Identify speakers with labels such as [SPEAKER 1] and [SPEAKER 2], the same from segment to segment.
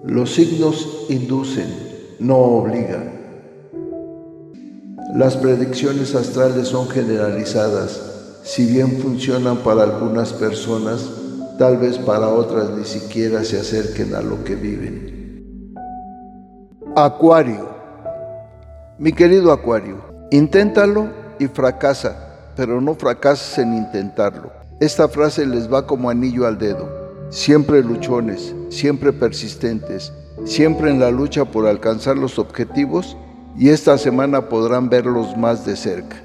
[SPEAKER 1] Los signos inducen, no obligan. Las predicciones astrales son generalizadas. Si bien funcionan para algunas personas, tal vez para otras ni siquiera se acerquen a lo que viven. Acuario. Mi querido Acuario, inténtalo y fracasa, pero no fracases en intentarlo. Esta frase les va como anillo al dedo. Siempre luchones, siempre persistentes, siempre en la lucha por alcanzar los objetivos, y esta semana podrán verlos más de cerca.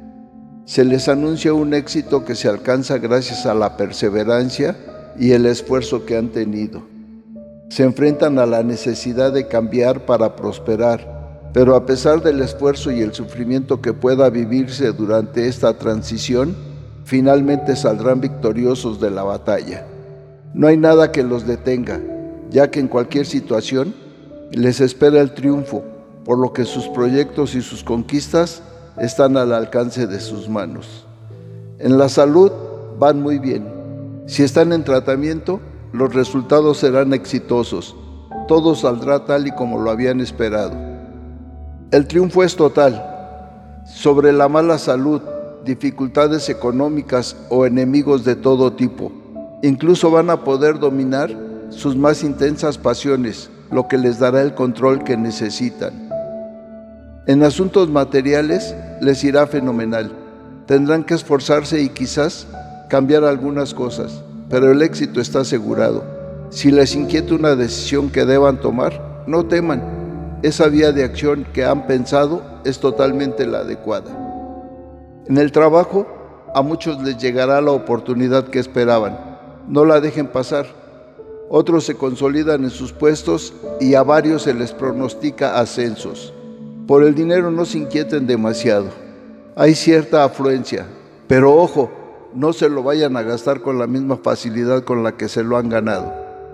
[SPEAKER 1] Se les anuncia un éxito que se alcanza gracias a la perseverancia y el esfuerzo que han tenido. Se enfrentan a la necesidad de cambiar para prosperar, pero a pesar del esfuerzo y el sufrimiento que pueda vivirse durante esta transición, finalmente saldrán victoriosos de la batalla. No hay nada que los detenga, ya que en cualquier situación les espera el triunfo, por lo que sus proyectos y sus conquistas están al alcance de sus manos. En la salud van muy bien. Si están en tratamiento, los resultados serán exitosos. Todo saldrá tal y como lo habían esperado. El triunfo es total. Sobre la mala salud, dificultades económicas o enemigos de todo tipo, incluso van a poder dominar sus más intensas pasiones, lo que les dará el control que necesitan. En asuntos materiales les irá fenomenal. Tendrán que esforzarse y quizás cambiar algunas cosas, pero el éxito está asegurado. Si les inquieta una decisión que deban tomar, no teman. Esa vía de acción que han pensado es totalmente la adecuada. En el trabajo, a muchos les llegará la oportunidad que esperaban. No la dejen pasar. Otros se consolidan en sus puestos y a varios se les pronostica ascensos. Por el dinero no se inquieten demasiado. Hay cierta afluencia, pero ojo, no se lo vayan a gastar con la misma facilidad con la que se lo han ganado.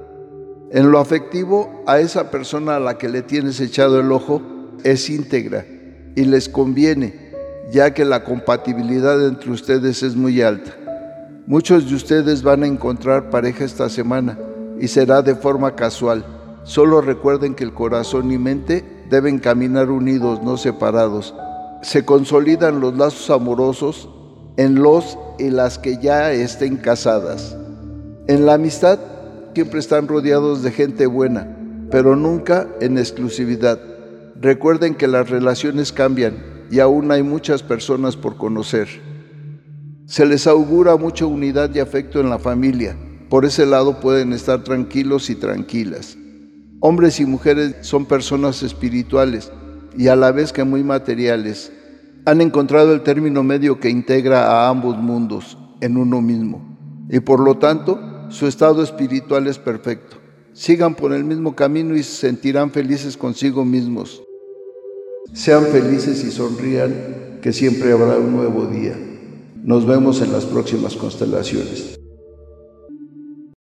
[SPEAKER 1] En lo afectivo, a esa persona a la que le tienes echado el ojo es íntegra y les conviene, ya que la compatibilidad entre ustedes es muy alta. Muchos de ustedes van a encontrar pareja esta semana y será de forma casual. Solo recuerden que el corazón y mente deben caminar unidos, no separados. Se consolidan los lazos amorosos en los y las que ya estén casadas. En la amistad siempre están rodeados de gente buena, pero nunca en exclusividad. Recuerden que las relaciones cambian y aún hay muchas personas por conocer. Se les augura mucha unidad y afecto en la familia. Por ese lado pueden estar tranquilos y tranquilas. Hombres y mujeres son personas espirituales y a la vez que muy materiales. Han encontrado el término medio que integra a ambos mundos en uno mismo y por lo tanto su estado espiritual es perfecto. Sigan por el mismo camino y se sentirán felices consigo mismos. Sean felices y sonrían, que siempre habrá un nuevo día. Nos vemos en las próximas constelaciones.